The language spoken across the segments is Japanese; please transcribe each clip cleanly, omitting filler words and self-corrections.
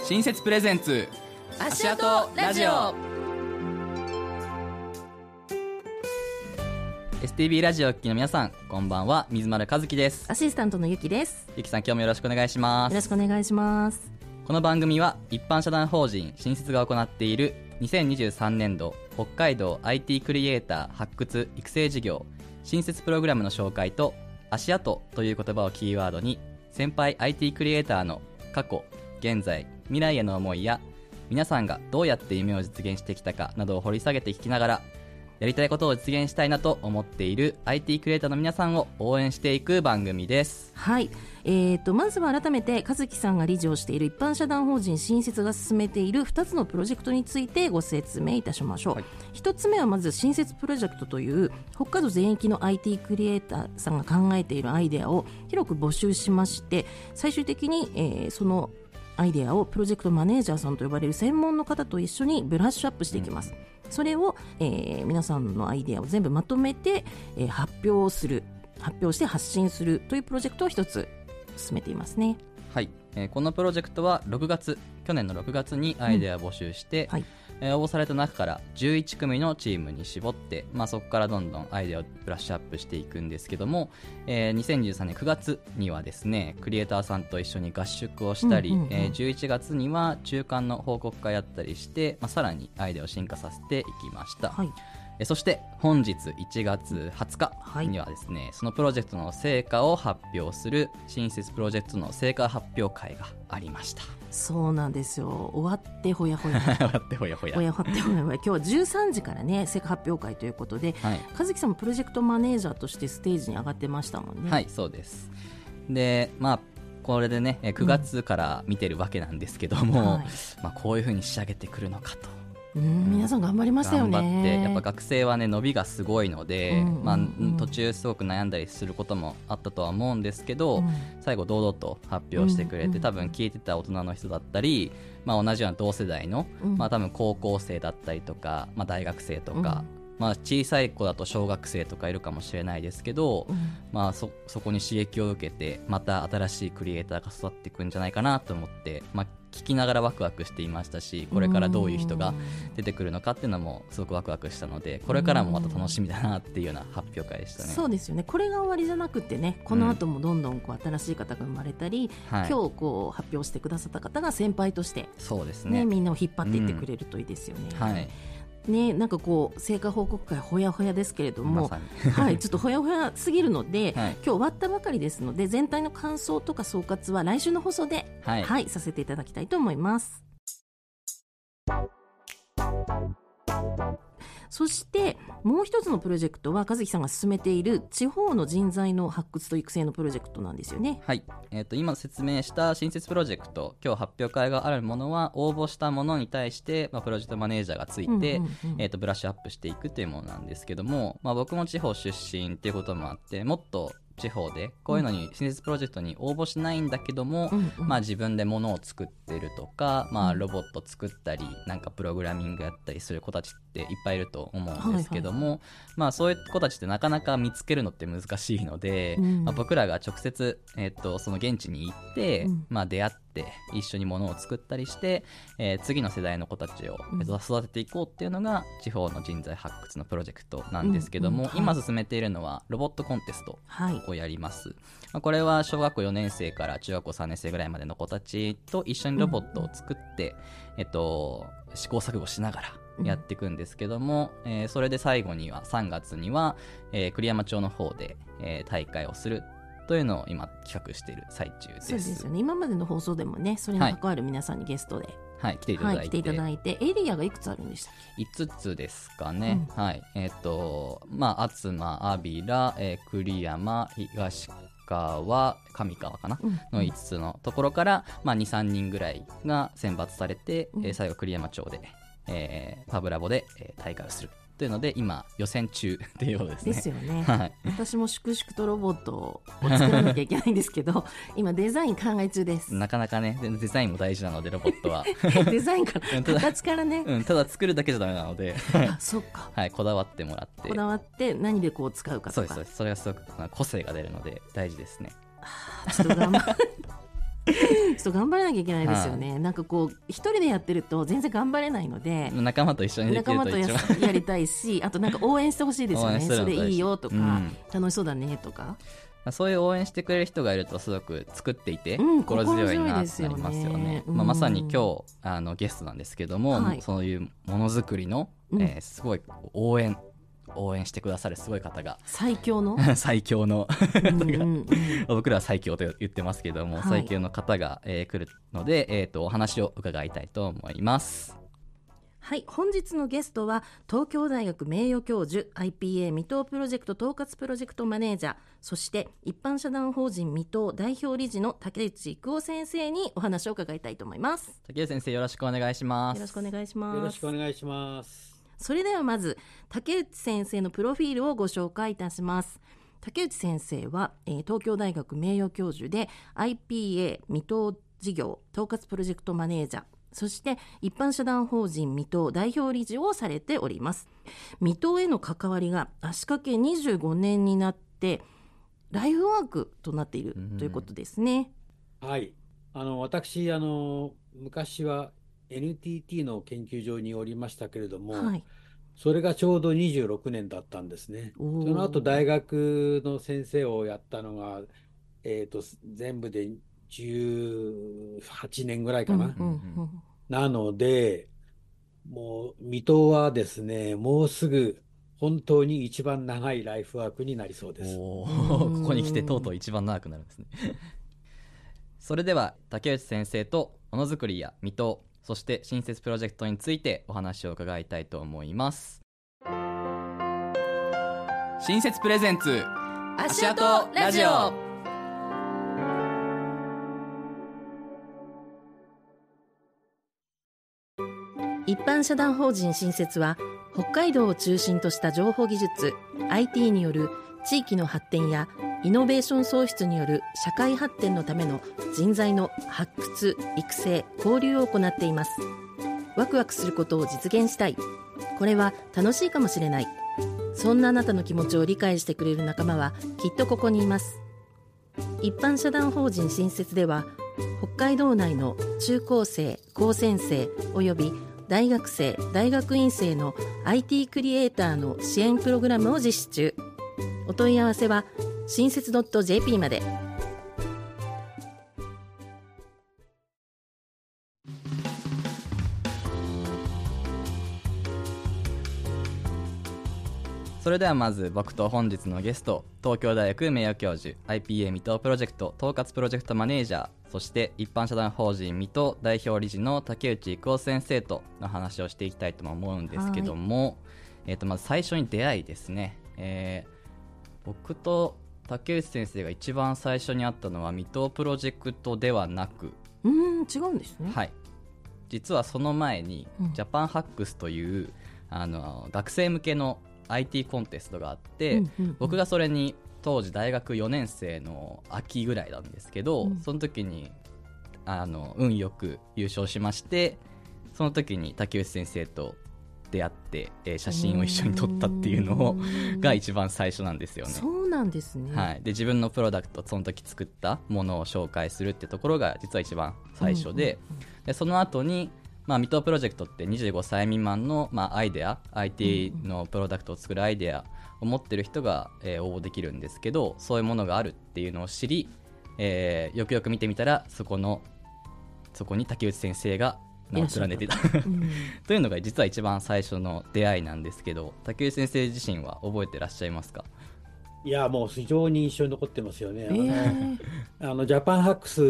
新設プレゼンツ足跡ラジオ。 STB ラジオをお聞きの皆さん、こんばんは。水丸和樹です。 アシスタントのゆきです。 ゆきさん、今日もよろしくお願いします。 よろしくお願いします。 この番組は一般社団法人新設が行っている2023年度北海道 IT クリエイター発掘育成事業新設プログラムの紹介と、足跡という言葉をキーワードに先輩 IT クリエイターの過去、現在、未来への思いや皆さんがどうやって夢を実現してきたかなどを掘り下げて聞きながら、やりたいことを実現したいなと思っている IT クリエイターの皆さんを応援していく番組です。 はい、まずは改めて和樹さんが理事をしている一般社団法人新設が進めている2つのプロジェクトについてご説明いたしましょう。はい、1つ目はまず新設プロジェクトという北海道全域の IT クリエイターさんが考えているアイデアを広く募集しまして、最終的に、そのアイデアをプロジェクトマネージャーさんと呼ばれる専門の方と一緒にブラッシュアップしていきます。それを、皆さんのアイデアを全部まとめて、発表して発信するというプロジェクトを一つ進めていますね。 はい、このプロジェクトは去年の6月にアイデアを募集して、はい、応募された中から11組のチームに絞って、そこからどんどんアイデアをブラッシュアップしていくんですけども、2013年9月にはですね、クリエイターさんと一緒に合宿をしたり、11月には中間の報告会やったりして、さらにアイデアを進化させていきました。はい、そして本日1月20日にはですね、そのプロジェクトの成果を発表する新設プロジェクトの成果発表会がありました。 そうなんですよ。終わってほやほや終わってほやほや今日は13時からね、成果発表会ということで、はい、和樹さんもプロジェクトマネージャーとしてステージに上がってましたもんね。 はい、そうです。で、これでね9月から見てるわけなんですけども、はい、こういう風に仕上げてくるのかと。 皆さん頑張りましたよね。 頑張って、やっぱ学生はね伸びがすごいので、途中すごく悩んだりすることもあったとは思うんですけど、最後堂々と発表してくれて、多分聞いてた大人の人だったり、同じような同世代の、多分高校生だったりとか、大学生とか、小さい子だと小学生とかいるかもしれないですけど、そこに刺激を受けてまた新しいクリエイターが育っていくんじゃないかなと思って、聞きながらワクワクしていましたし、これからどういう人が出てくるのかっていうのもすごくワクワクしたので、これからもまた楽しみだなっていうような発表会でしたね。 そうですよね。これが終わりじゃなくてね、この後もどんどん新しい方が生まれたり、今日発表してくださった方が先輩として、 そうですね、 みんなを引っ張っていってくれるといいですよね。 はいね、なんか成果報告会ほやほやですけれども、はい、ちょっとほやほやすぎるので、今日終わったばかりですので、全体の感想とか総括は来週の放送で、させていただきたいと思います。そしてもう一つのプロジェクトは和樹さんが進めている地方の人材の発掘と育成のプロジェクトなんですよね。 はい、今説明した新設プロジェクト、今日発表会があるものは応募したものに対して、プロジェクトマネージャーがついて、ブラッシュアップしていくというものなんですけども、僕も地方出身っていうこともあって、もっと地方でこういうのに新設プロジェクトに応募しないんだけども、自分で物を作ってるとか、ロボット作ったりなんかプログラミングやったりする子たちっていっぱいいると思うんですけども、そういう子たちってなかなか見つけるのって難しいので、僕らが直接、その現地に行って、出会って一緒に物を作ったりして、次の世代の子たちを育てていこうっていうのが地方の人材発掘のプロジェクトなんですけども、今進めているのはロボットコンテストをやります。これは小学校4年生から中学校3年生ぐらいまでの子たちと一緒にロボットを作って、試行錯誤しながらやっていくんですけども、それで最後には3月には、栗山町の方で、大会をするというのを今企画している最中です。 そうですよね。今までの放送でもね、それに関わる皆さんにゲストで、 来ていただいて、 エリアがいくつあるんでしたっけ？5つですかね。厚真、安平、栗山、東川、上川かな、の5つのところから、2、3人ぐらいが選抜されて、最後栗山町で、パブラボで、大会をするというので今予選中っていうことですね。 ですよね、私も粛々とロボットを作らなきゃいけないんですけど今デザイン考え中です。 なかなかね、デザインも大事なのでロボットはデザインから形からね、 ただ作るだけじゃダメなのでそっか、 こだわってもらって、 こだわって何でこう使うかとか、 それがすごく個性が出るので大事ですね。 ちょっと頑張るクト頑張らなきゃいけないですよね、なんかこう一人でやってると全然頑張れないので仲間と一緒にできると一番仲間とやりたいしあとなんか応援してほしいですよねそれいいよとか、楽しそうだねとかそういう応援してくれる人がいるとすごく作っていて心強いなってなりますよね。まさに今日ゲストなんですけども、そういうものづくりの、すごい応援してくださるすごい方が最強の最強の方が僕らは最強と言ってますけども、最強の方が、来るので、お話を伺いたいと思います。 はい、本日のゲストは東京大学名誉教授 IPA 未踏プロジェクト統括プロジェクトマネージャー、そして一般社団法人未踏代表理事の竹内育夫先生にお話を伺いたいと思います。 竹内先生、よろしくお願いします。 よろしくお願いします。 よろしくお願いします。 それではまず竹内先生のプロフィールをご紹介いたします。竹内先生は、東京大学名誉教授で IPA 未踏事業統括プロジェクトマネージャー、そして一般社団法人未踏代表理事をされております。未踏への関わりが足掛け25年になってライフワークとなっているということですね。 はい、私昔は NTT の研究所におりましたけれども、それがちょうど26年だったんですね。その後大学の先生をやったのが、全部で18年ぐらいかな、なのでもう水戸はですね、もうすぐ本当に一番長いライフワークになりそうです。 ここに来てとうとう一番長くなるんですねそれでは竹内先生とものづくりや水戸、そして新設プロジェクトについてお話を伺いたいと思います。新設プレゼンツ足跡ラジオ。一般社団法人新設は北海道を中心とした情報技術 IT による地域の発展やイノベーション創出による社会発展のための人材の発掘、育成、交流を行っています。ワクワクすることを実現したい、これは楽しいかもしれない、そんなあなたの気持ちを理解してくれる仲間はきっとここにいます。一般社団法人新設では北海道内の中高生、高専生および大学生、大学院生の IT クリエイターの支援プログラムを実施中。お問い合わせは新設 .jp まで。 それではまず僕と本日のゲスト、東京大学名誉教授 IPA 未踏プロジェクト統括プロジェクトマネージャー、そして一般社団法人水戸代表理事の竹内育夫先生との話をしていきたいと思うんですけども、まず最初に出会いですね。僕と竹内先生が一番最初に会ったのは水戸プロジェクトではなく、 違うんですね。 はい、実はその前に、ジャパンハックスという学生向けの IT コンテストがあって、僕がそれに当時大学4年生の秋ぐらいなんですけど、その時に運よく優勝しまして、その時に竹内先生と出会って、写真を一緒に撮ったっていうのが一番最初なんですよね。 そうなんですね。 はい、で自分のプロダクト、その時作ったものを紹介するってところが実は一番最初で、でその後に水戸プロジェクトって25歳未満の、アイデア IT のプロダクトを作るアイデアを持ってる人が、応募できるんですけど、そういうものがあるっていうのを知り、よくよく見てみたらそこに竹内先生が名を連ねてたというのが実は一番最初の出会いなんですけど、竹内先生自身は覚えてらっしゃいますか？ いや、もう非常に印象に残ってますよね。ジャパンハックス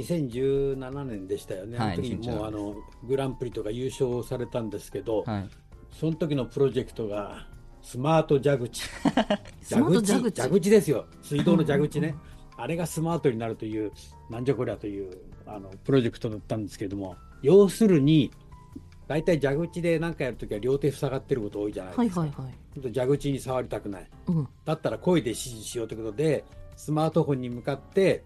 2017年でしたよね。あの時にもうグランプリとか優勝されたんですけど、その時のプロジェクトがスマート蛇口蛇口ですよ。水道の蛇口ねあれがスマートになるという、なんじゃこりゃというプロジェクトだったんですけれども、要するに大体蛇口で何かやるときは両手塞がってること多いじゃないですか。蛇口に触りたくない、だったら声で指示しようということで、スマートフォンに向かって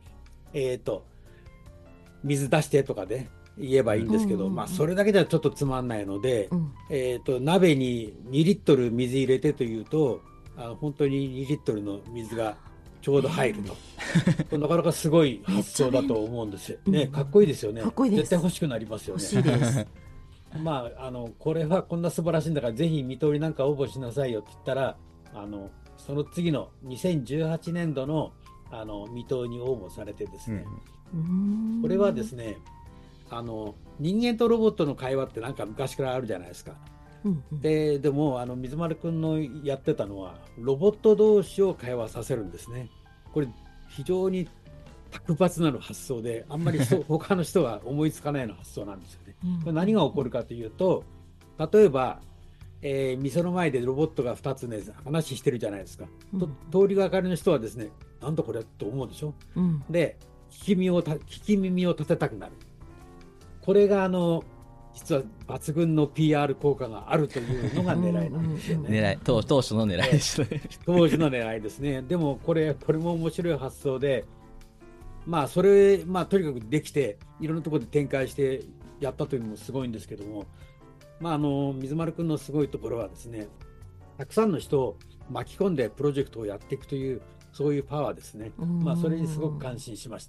水出してとかで言えばいいんですけど、それだけじゃちょっとつまんないので、鍋に2リットル水入れてというと、本当に2リットルの水がちょうど入るとなかなかすごい発想だと思うんですよね。かっこいいですよね。 かっこいいです。 絶対欲しくなりますよね。 欲しいですまあ、これはこんな素晴らしいんだからぜひ水戸売りなんか応募しなさいよって言ったらその次の2018年度の水戸に応募されてですね、これはですね人間とロボットの会話ってなんか昔からあるじゃないですか。でも水丸くんのやってたのはロボット同士を会話させるんですね。これ非常に卓抜なる発想であんまり他の人は思いつかないような発想なんですよね。これ何が起こるかというと、例えば、店の前でロボットが2つね話してるじゃないですか、通りがかりの人はですねなんだこれと思うでしょ、で聞き耳を立てたくなる。これが実は抜群の PR 効果があるというのが狙いなんですよね。 当初の狙いでしたね。 当時の狙いですね。でもこれも面白い発想で、まあそれとにかくできていろんなところで展開してやったというのもすごいんですけども、水丸くんのすごいところはですね、たくさんの人を巻き込んでプロジェクトをやっていくというそういうパワーですね。それにすごく感心しました。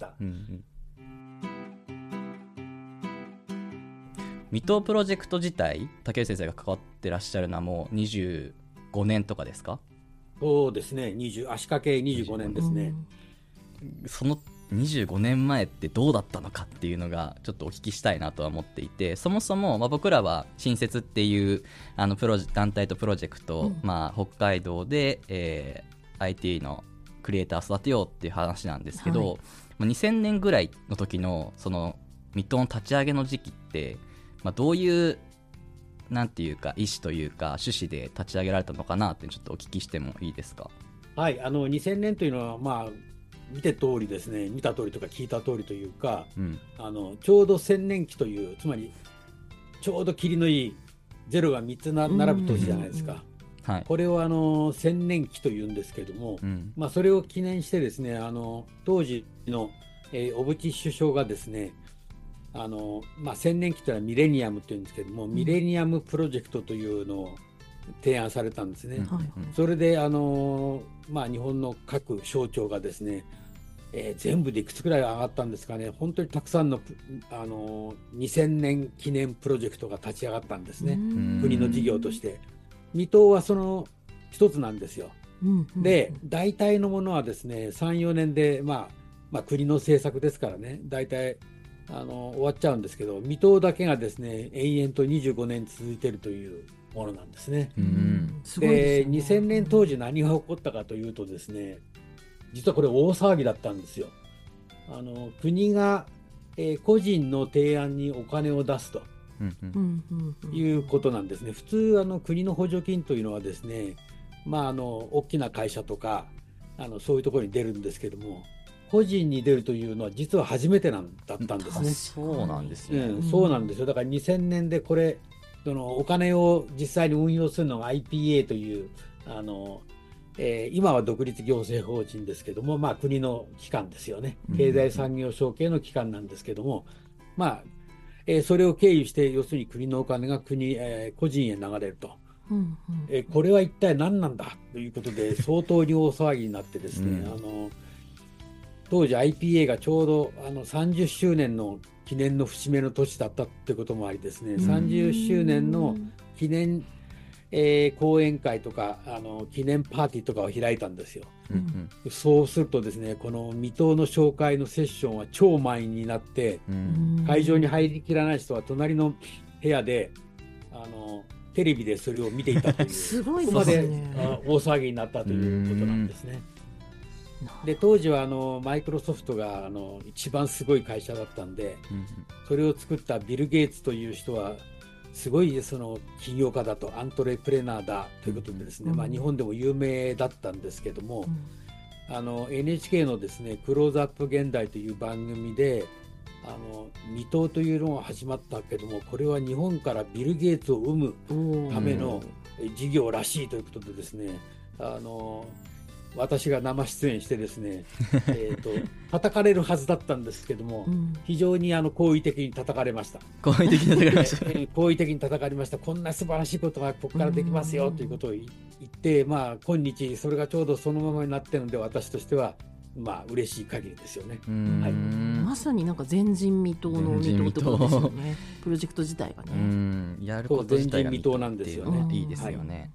水戸プロジェクト自体、竹内先生が関わってらっしゃるのはもう25年とかですか？ そうですね、足掛け25年ですね。 その25年前ってどうだったのかっていうのがちょっとお聞きしたいなとは思っていて、そもそも僕らは新設っていう団体とプロジェクト、北海道で、IT のクリエイターを育てようっていう話なんですけど、2000年ぐらいの時のその水戸の立ち上げの時期ってどういうなんていうか意思というか趣旨で立ち上げられたのかなってちょっとお聞きしてもいいですか？ はい、2000年というのは見た通りですね、見た通りとか聞いた通りというか、ちょうど千年期という、つまりちょうど霧のいいゼロが3つ並ぶ年じゃないですか。これを千年期というんですけども、それを記念してですね、当時の、小渕首相がですね、千年期というのはミレニアムというんですけども、ミレニアムプロジェクトというのを提案されたんですね。それで日本の各省庁がですね、全部でいくつくらい上がったんですかね、本当にたくさんの、2000年記念プロジェクトが立ち上がったんですね、国の事業として。水戸はその一つなんですよ。で、大体のものはですね、3、4年で、国の政策ですからね、大体終わっちゃうんですけど、水戸だけがですね、延々と25年続いているというものなんですね。で、2000年当時何が起こったかというとですね、実はこれ大騒ぎだったんですよ。国が、個人の提案にお金を出すということなんですね。普通国の補助金というのはですね、大きな会社とかそういうところに出るんですけども、個人に出るというのは実は初めてだったんですね。 そうなんですね。 そうなんですよ。だから2000年でこれお金を実際に運用するのが IPA という今は独立行政法人ですけども、国の機関ですよね。経済産業省系の機関なんですけども、それを経由して要するに国のお金が個人へ流れると。これは一体何なんだということで相当に大騒ぎになってですね、当時 IPA がちょうど30周年の記念の節目の年だったってこともありですね、30周年の記念、講演会とか記念パーティーとかを開いたんですよ。そうするとですね、この水戸の紹介のセッションは超満員になって、会場に入りきらない人は隣の部屋でテレビでそれを見ていたというすごいそこまで大騒ぎになったということなんですね。で、当時はマイクロソフトが一番すごい会社だったんで、それを作ったビル・ゲイツという人はすごいその起業家だと、アントレプレナーだということでですね、日本でも有名だったんですけども、NHK のですねクローズアップ現代という番組で水戸というのが始まったけども、これは日本からビル・ゲイツを生むための事業らしいということでですね、 私が生出演してですね叩かれるはずだったんですけども、非常に好意的に叩かれました。 好意的に叩かれました好意的に叩かれました。こんな素晴らしいことがここからできますよということを言って、まあ、今日それがちょうどそのままになっているので、私としてはまあ嬉しい限りですよね。 はい、まさになんか前人未到の未到ってことですよね。プロジェクト自体がね、 やること自体が前人未到なんですよね。 いいですよね。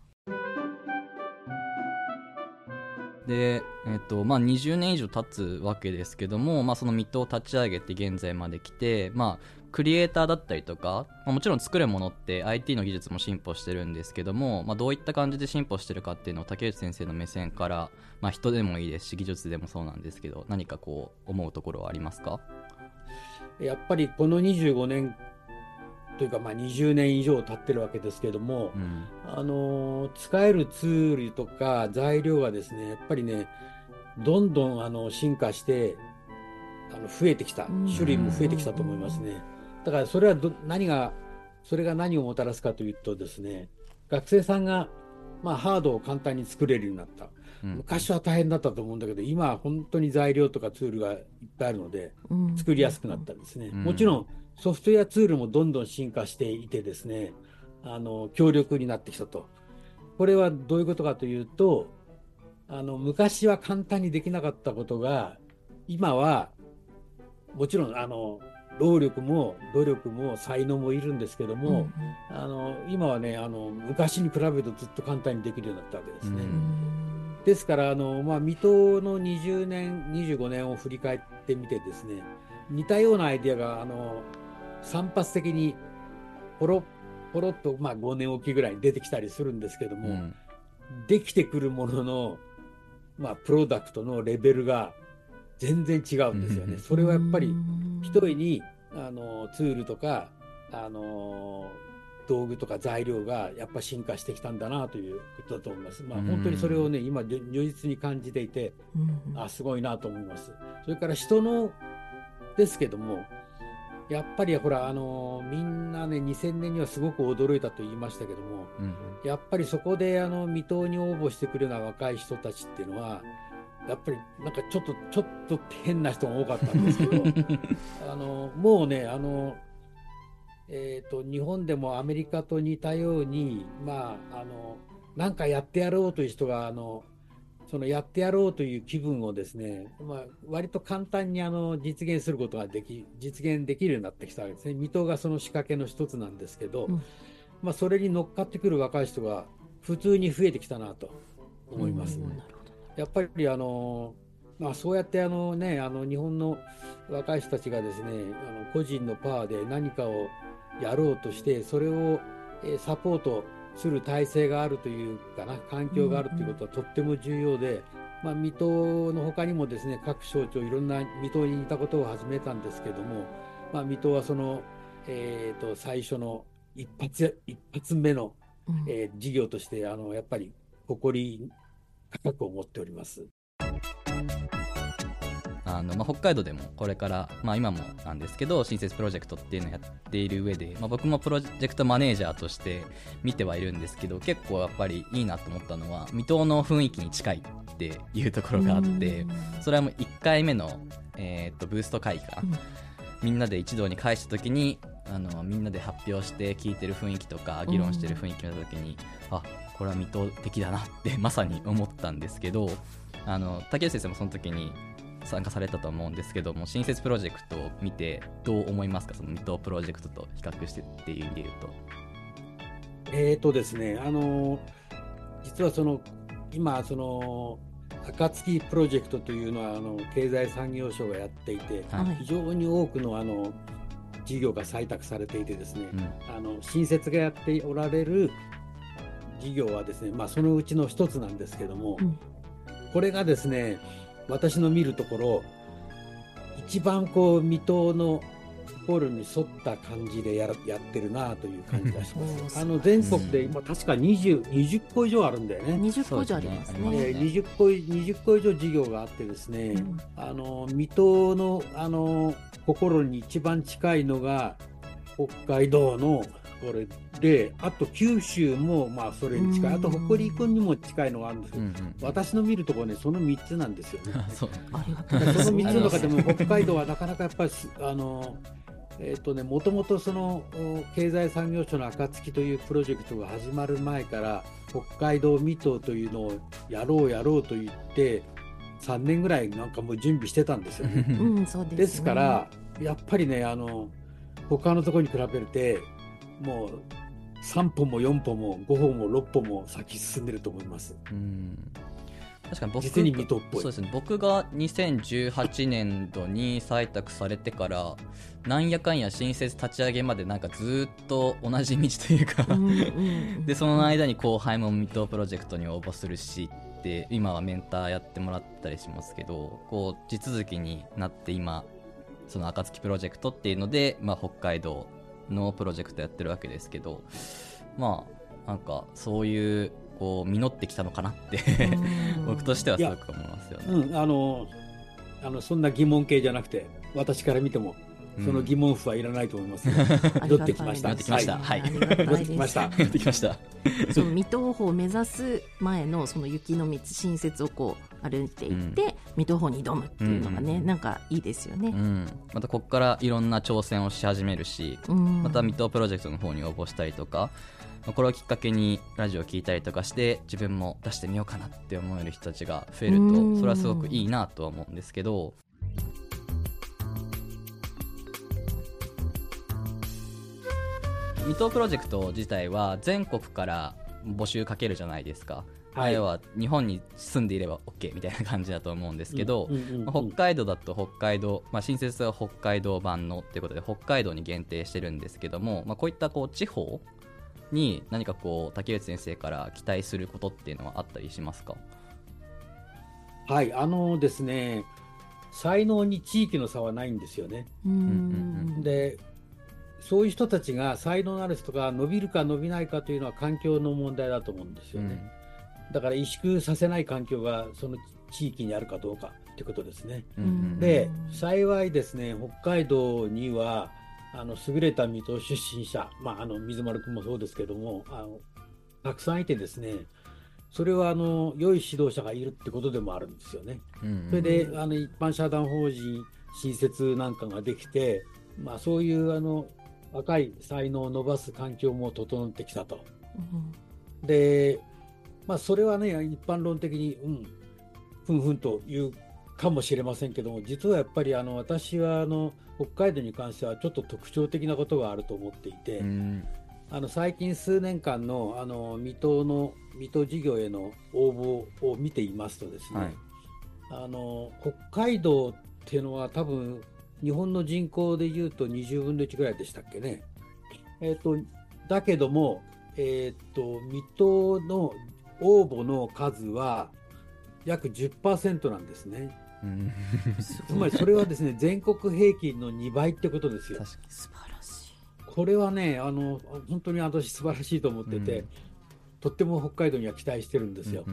でまあ、20年以上経つわけですけども、まあ、その水戸を立ち上げて現在まで来て、まあ、クリエイターだったりとか、まあ、もちろん作るものって IT の技術も進歩してるんですけども、まあ、どういった感じで進歩してるかっていうのを竹内先生の目線から、まあ、人でもいいですし技術でもそうなんですけど、何かこう思うところはありますか？ やっぱりこの25年というか、まあ、20年以上経ってるわけですけども、使えるツールとか材料がですね、やっぱりね、どんどん進化して増えてきた、種類も増えてきたと思いますね。だからそれはそれが何をもたらすかというとですね、学生さんが、まあ、ハードを簡単に作れるようになった。昔は大変だったと思うんだけど、今は本当に材料とかツールがいっぱいあるので作りやすくなったんですね。もちろんソフトウェアツールもどんどん進化していてですね、強力になってきたと。これはどういうことかというと、昔は簡単にできなかったことが、今はもちろん労力も努力も才能もいるんですけども、今はね、昔に比べるとずっと簡単にできるようになったわけですね。ですからまあ、水戸の20年25年を振り返ってみてですね、似たようなアイデアが散発的にポロッと、まあ、5年おきぐらいに出てきたりするんですけども、できてくるものの、まあ、プロダクトのレベルが全然違うんですよね。それはやっぱり一重にツールとか道具とか材料がやっぱ進化してきたんだなということだと思います。まあ、本当にそれをね、今如実に感じていて、すごいなと思います。それから人のですけども、やっぱりほらみんなね、2000年にはすごく驚いたと言いましたけども、やっぱりそこで水戸に応募してくるような若い人たちっていうのは、やっぱりなんかちょっと変な人が多かったんですけどもうね日本でもアメリカと似たように、まあなんかやってやろうという人がそのやってやろうという気分をですね、まあ、割と簡単に実現することが実現できるようになってきたわけですね。水戸がその仕掛けの一つなんですけど、まあ、それに乗っかってくる若い人が普通に増えてきたなと思います。やっぱりまあ、そうやって日本の若い人たちがですね、個人のパワーで何かをやろうとして、それをサポートする体制があるというかな、環境があるということはとっても重要で、まあ、水戸の他にもですね、各省庁いろんな水戸に似たことを始めたんですけども、まあ、水戸はその、最初の一発目の、事業としてやっぱり誇り高く思っております。 まあ、北海道でもこれから、まあ、今もなんですけど新設プロジェクトっていうのをやっている上で、まあ、僕もプロジェクトマネージャーとして見てはいるんですけど、結構やっぱりいいなと思ったのは水戸の雰囲気に近いっていうところがあって、それはもう1回目の、ブースト会議かな、みんなで一堂に会した時にみんなで発表して聞いてる雰囲気とか議論してる雰囲気の時に、これは水戸的だなってまさに思ったんですけど、竹内先生もその時に参加されたと思うんですけども、新設プロジェクトを見てどう思いますか？その水戸プロジェクトと比較してっていう意味で言うと。 ですね、実は今暁プロジェクトというのは経済産業省がやっていて、非常に多くの事業が採択されていてですね、新設がやっておられる事業はですね、まあ、そのうちの一つなんですけども、これがですね、私の見るところ一番水戸の心に沿った感じでやってるなという感じがします全国で今確か20個以上あるんだよね。 20個以上ありますね。 20個以上事業があってですね、水戸の心に一番近いのが北海道のこれで、あと九州もまあそれに近い、あと北陸にも近いのがあるんですけど、私の見るところね、その3つなんですよね。その3つの中でも北海道はなかなかやっぱりもともとその経済産業省の暁というプロジェクトが始まる前から北海道未踏というのをやろうと言って3年ぐらいなんかもう準備してたんですよね。ですからやっぱりね、他のところに比べてもう3歩も4歩も5歩も6歩も先進んでると思います。 確かに実に水戸っぽい。 そうですね、僕が2018年度に採択されてからなんやかんや新設立ち上げまでなんかずっと同じ道というかでその間に後輩も水戸プロジェクトに応募するしって今はメンターやってもらったりしますけど、こう地続きになって今その暁プロジェクトっていうので、北海道のプロジェクトやってるわけですけど、なんかそういうこう実ってきたのかなって僕としてはすごく思いますよね。 そんな疑問系じゃなくて私から見てもその疑問符はいらないと思います。戻ってきました。 戻ってきました。はい。 戻ってきました。 戻ってきました。 その水戸港を目指す前のその雪の道新設をこう歩いていって水戸港に挑むっていうのがね、なんかいいですよね。 またここからいろんな挑戦をし始めるし、また水戸プロジェクトの方に応募したりとか、これをきっかけにラジオを聞いたりとかして自分も出してみようかなって思える人たちが増えるとそれはすごくいいなとは思うんですけど、水戸プロジェクト自体は全国から募集かけるじゃないですか。要は日本に住んでいれば OK みたいな感じだと思うんですけど、北海道だと北海道、新設は北海道版のっていうことで北海道に限定してるんですけども、こういったこう地方に何かこう竹内先生から期待することっていうのはあったりしますか？ はい、ですね、才能に地域の差はないんですよね。でそういう人たちが才能のある人が伸びるか伸びないかというのは環境の問題だと思うんですよね。だから萎縮させない環境がその地域にあるかどうかということですね。で幸いですね、北海道には優れた水戸出身者、水丸君もそうですけどもたくさんいてですね、それは良い指導者がいるってことでもあるんですよね。それで一般社団法人新設なんかができて、そういう若い才能を伸ばす環境も整ってきたと。でそれはね一般論的にふんふんと言うかもしれませんけども、実はやっぱり私は北海道に関してはちょっと特徴的なことがあると思っていて、最近数年間の水戸事業への応募を見ていますとですね、北海道っていうのは多分日本の人口でいうと20分の1ぐらいでしたっけね。だけども、水戸の応募の数は約 10% なんですね。つまりそれはですね全国平均の2倍ってことですよ。 素晴らしい。 これはね本当に私素晴らしいと思ってて、とっても北海道には期待してるんですよ。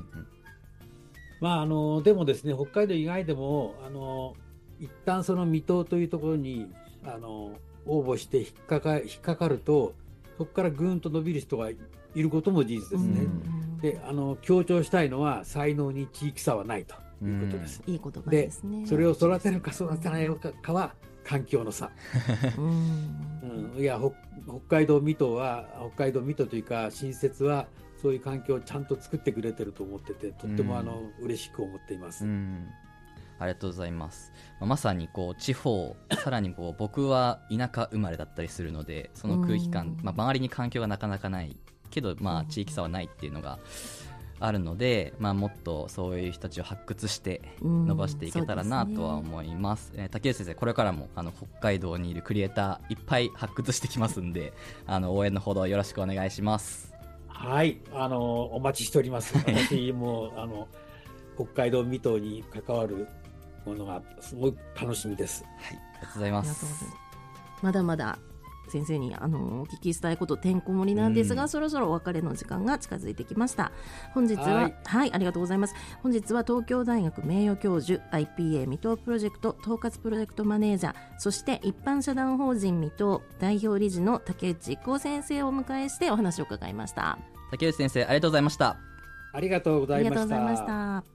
でもですね北海道以外でも一旦その水戸というところに応募して引っかかるとそこからぐんと伸びる人がいることも事実ですね。で強調したいのは才能に地域差はないということです。 いい言葉ですね。 でそれを育てるか育てないかは環境の差。いや北海道水戸というか新設はそういう環境をちゃんと作ってくれてると思ってて、とっても嬉しく思っています。 ありがとうございます。まさにこう地方、さらにこう僕は田舎生まれだったりするので、その空気感、周りに環境がなかなかないけど、地域差はないっていうのがあるので、もっとそういう人たちを発掘して伸ばしていけたらなとは思います。竹内先生、これからも北海道にいるクリエイターいっぱい発掘してきますんで、応援のほどよろしくお願いします。 はい、お待ちしております。私も北海道水戸に関わるものがすごい楽しみです。 はい、ありがとうございます。 まだまだ先生にお聞きしたいことてんこ盛りなんですが、そろそろお別れの時間が近づいてきました。本日は、はい、ありがとうございます。本日は東京大学名誉教授 IPA 水戸プロジェクト統括プロジェクトマネージャー、そして一般社団法人水戸代表理事の竹内一行先生をお迎えしてお話を伺いました。 竹内先生、ありがとうございました。 ありがとうございました。 ありがとうございました。